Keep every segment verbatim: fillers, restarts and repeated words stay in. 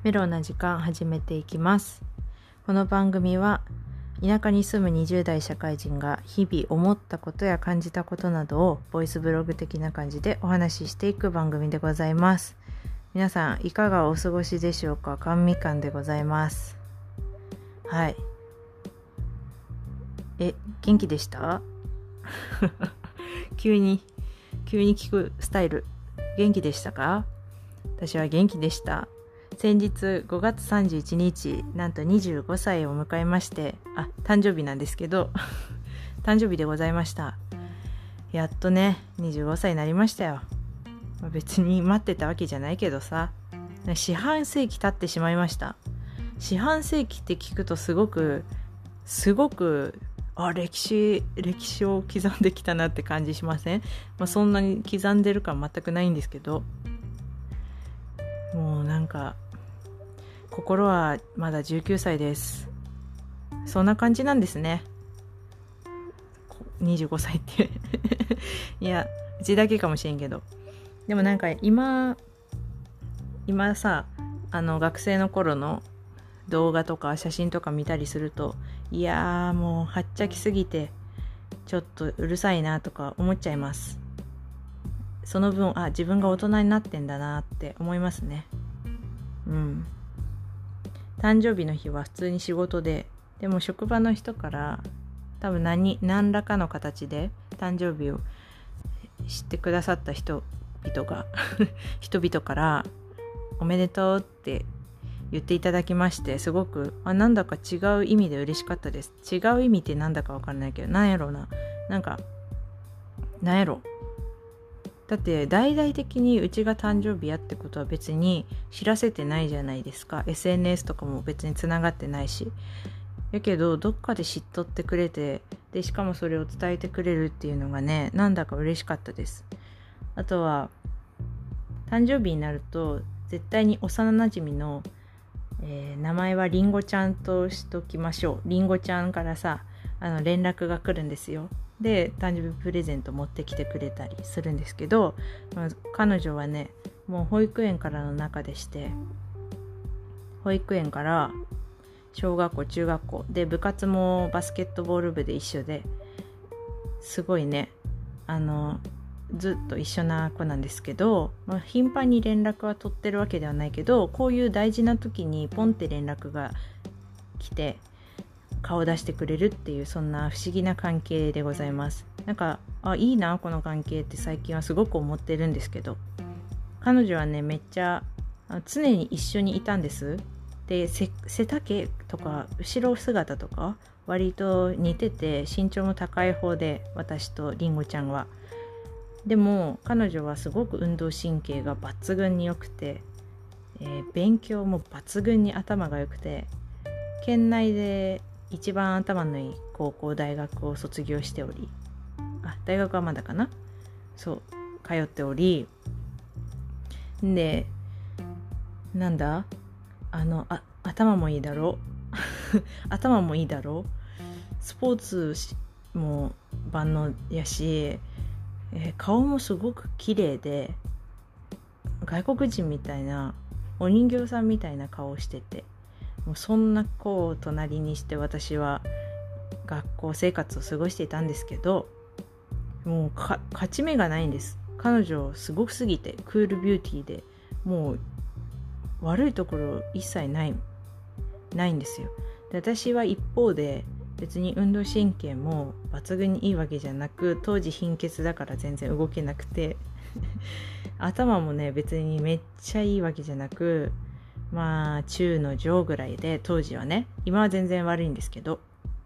メロウな時間始めていきます。この番組は田舎に住むにじゅう代社会人が日々思ったことや感じたことなどをボイスブログ的な感じでお話ししていく番組でございます。皆さんいかがお過ごしでしょうか。甘味感でございます。はい。え、元気でした急に急に聞くスタイル。元気でしたか？私は元気でした。先日ごがつさんじゅういちにち、なんとにじゅうごさいを迎えまして、あ、誕生日なんですけど誕生日でございました。やっとねにじゅうごさいになりましたよ。別に待ってたわけじゃないけどさ、四半世紀経ってしまいました。四半世紀って聞くとすごくすごくあ歴史歴史を刻んできたなって感じしません？まあ、そんなに刻んでる感全くないんですけど、もうなんか心はまだじゅうきゅうさいです。そんな感じなんですね。にじゅうごさいっていやうちだけかもしれんけど、でもなんか今今さ、あの学生の頃の動画とか写真とか見たりすると、いやーもうはっちゃきすぎてちょっとうるさいなとか思っちゃいます。その分、あ、自分が大人になってんだなって思いますね。うん。誕生日の日は普通に仕事で、でも職場の人から多分何何らかの形で誕生日を知ってくださった人々が人々からおめでとうって言っていただきまして、すごくあなんだか違う意味で嬉しかったです。違う意味ってなんだかわかんないけど、なんやろうな、なんかなんやろ。だって大々的にうちが誕生日やってことは別に知らせてないじゃないですか。 エスエヌエス とかも別につながってないし、やけどどっかで知っとってくれて、でしかもそれを伝えてくれるっていうのがね、なんだか嬉しかったです。あとは誕生日になると絶対に幼なじみの、えー、名前はりんごちゃんとしときましょう。りんごちゃんからさ、あの連絡が来るんですよ。で誕生日プレゼント持ってきてくれたりするんですけど、まあ、彼女はねもう保育園からの仲でして、保育園から小学校中学校で部活もバスケットボール部で一緒で、すごいねあのずっと一緒な子なんですけど、まあ、頻繁に連絡は取ってるわけではないけど、こういう大事な時にポンって連絡が来て顔出してくれるっていう、そんな不思議な関係でございます。なんかあいいなこの関係って最近はすごく思ってるんですけど、彼女はねめっちゃ常に一緒にいたんです。で 背, 背丈とか後ろ姿とか割と似てて、身長も高い方で私とりんごちゃんは。でも彼女はすごく運動神経が抜群に良くて、えー、勉強も抜群に頭が良くて、県内で一番頭のいい高校大学を卒業しており、あ大学はまだかな、そう通っており、でなんだあのあ頭もいいだろ頭もいいだろスポーツも万能やし、えー、顔もすごく綺麗で、外国人みたいなお人形さんみたいな顔をしてて、もうそんな子を隣にして私は学校生活を過ごしていたんですけど、もうか勝ち目がないんです。彼女すごくすぎてクールビューティーで、もう悪いところ一切ないないんですよ。で私は一方で別に運動神経も抜群にいいわけじゃなく、当時貧血だから全然動けなくて頭もね別にめっちゃいいわけじゃなく、まあ中の上ぐらいで、当時はね、今は全然悪いんですけど、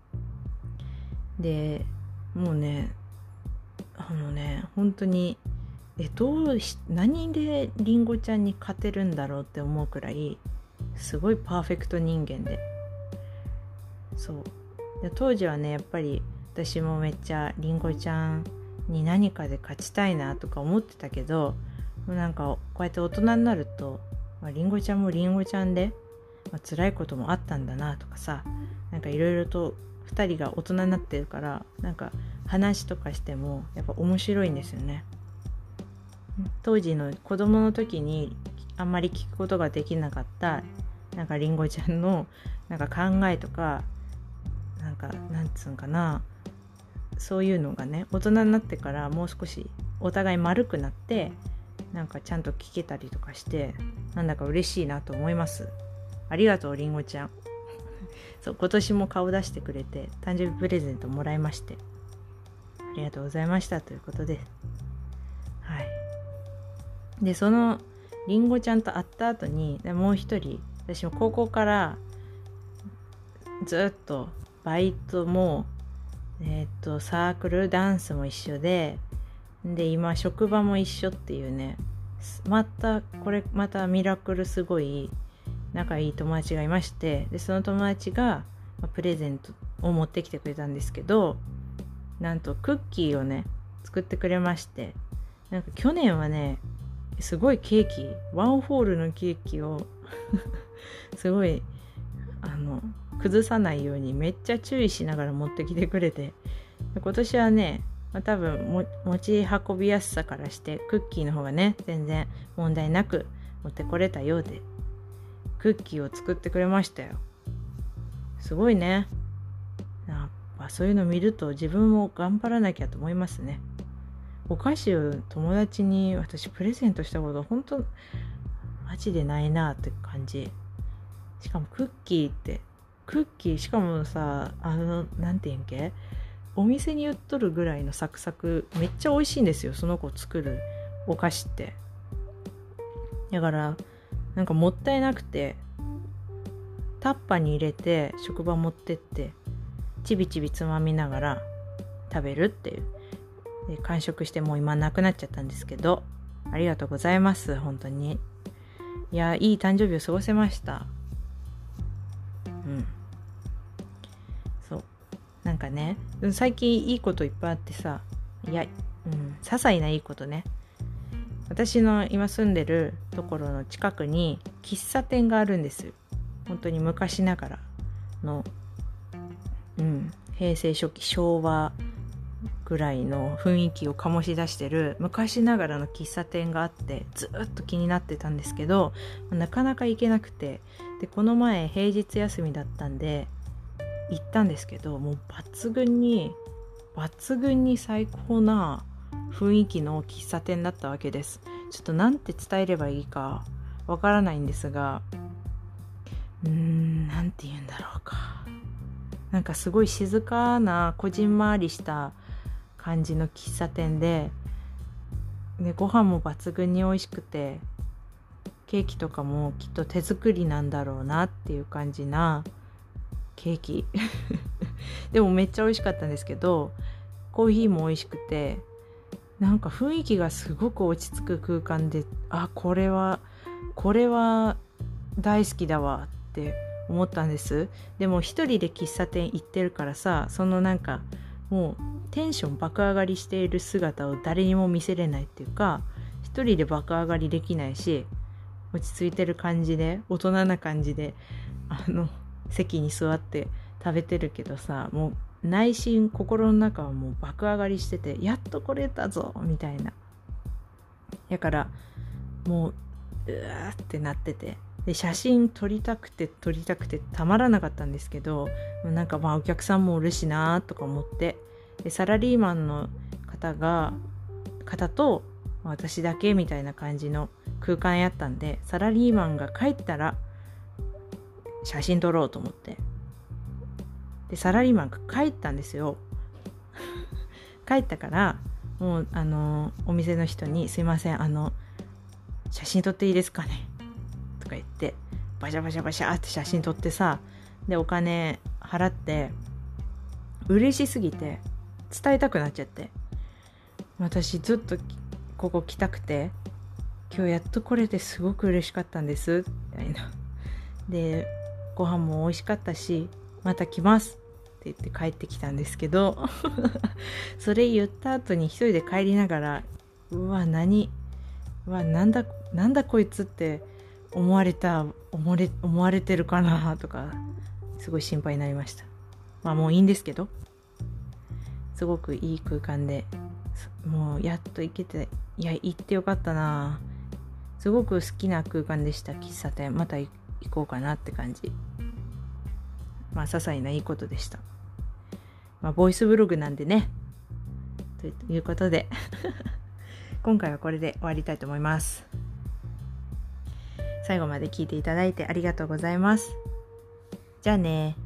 でもうねあのね本当にえどうし何でりんごちゃんに勝てるんだろうって思うくらいすごいパーフェクト人間で、そうで当時はねやっぱり私もめっちゃりんごちゃんに何かで勝ちたいなとか思ってたけど、もうなんかこうやって大人になると、まあ、りんごちゃんもりんごちゃんで、まあ、辛いこともあったんだなとかさ、なんかいろいろとふたりが大人になってるから、なんか話とかしてもやっぱ面白いんですよね。当時の子供の時にあんまり聞くことができなかったなんかりんごちゃんのなんか考えとか、なんかなんつうんかな、そういうのがね、大人になってからもう少しお互い丸くなって、なんかちゃんと聞けたりとかして、なんだか嬉しいなと思います。ありがとうりんごちゃん。そう今年も顔出してくれて誕生日プレゼントもらいまして、ありがとうございましたということです。はい。でそのりんごちゃんと会った後にもう一人、私も高校からずっとバイトもえっとサークルダンスも一緒で、で今職場も一緒っていうね、またこれまたミラクルすごい仲いい友達がいまして、でその友達がプレゼントを持ってきてくれたんですけど、なんとクッキーをね作ってくれまして、なんか去年はねすごいケーキ、ワンホールのケーキをすごいあの崩さないようにめっちゃ注意しながら持ってきてくれて、今年はね、まあ、多分も持ち運びやすさからしてクッキーの方がね全然問題なく持ってこれたようで、クッキーを作ってくれましたよ。すごいね。やっぱそういうの見ると自分も頑張らなきゃと思いますね。お菓子を友達に私プレゼントしたこと本当マジでないなって感じ。しかもクッキーってクッキーしかもさ、あのなんていうんけ、お店に売っとるぐらいのサクサクめっちゃ美味しいんですよ、その子作るお菓子って。だからなんかもったいなくてタッパーに入れて職場持ってってちびちびつまみながら食べるっていう。で完食してもう今なくなっちゃったんですけど、ありがとうございます。本当にいやいい誕生日を過ごせました。うんそうなんかね、最近いいこといっぱいあってさ、いや、うん、些細ないいことね。私の今住んでるところの近くに喫茶店があるんですよ。本当に昔ながらの、うん、平成初期昭和ぐらいの雰囲気を醸し出してる昔ながらの喫茶店があって、ずっと気になってたんですけどなかなか行けなくて、でこの前平日休みだったんで行ったんですけど、もう抜群に抜群に最高な雰囲気の喫茶店だったわけです。ちょっとなんて伝えればいいかわからないんですが、うーんなんて言うんだろうか、なんかすごい静かなこじんまりした感じの喫茶店で、でご飯も抜群に美味しくて、ケーキとかもきっと手作りなんだろうなっていう感じなケーキでもめっちゃ美味しかったんですけど、コーヒーも美味しくて、なんか雰囲気がすごく落ち着く空間で、あこれはこれは大好きだわって思ったんです。でも一人で喫茶店行ってるからさ、そのなんかもうテンション爆上がりしている姿を誰にも見せれないっていうか、一人で爆上がりできないし、落ち着いてる感じで大人な感じであの席に座って食べてるけどさ、もう内心心の中はもう爆上がりしてて、やっと来れたぞみたいな。だからもううわーってなってて、で写真撮りたくて撮りたくてたまらなかったんですけど、なんかまあお客さんもおるしなとか思って、でサラリーマンの方が方と私だけみたいな感じの空間やったんで、サラリーマンが帰ったら写真撮ろうと思って、でサラリーマンが帰ったんですよ帰ったからもうあのお店の人にすいませんあの写真撮っていいですかねとか言ってバシャバシャバシャって写真撮ってさ、でお金払って嬉しすぎて伝えたくなっちゃって、私ずっとここ来たくて今日やっと来れてすごく嬉しかったんですみたいな。でご飯も美味しかったしまた来ますって言って帰ってきたんですけどそれ言った後に一人で帰りながら、うわ何うわなんだなんだこいつって思われた思われ思われてるかなとかすごい心配になりました。まあもういいんですけど、すごくいい空間でもうやっと行けて、いや行ってよかったな。すごく好きな空間でした。喫茶店また行いこうかなって感じ。まあ些細ないいことでした。まあボイスブログなんでね、ということで今回はこれで終わりたいと思います。最後まで聞いていただいてありがとうございます。じゃあね。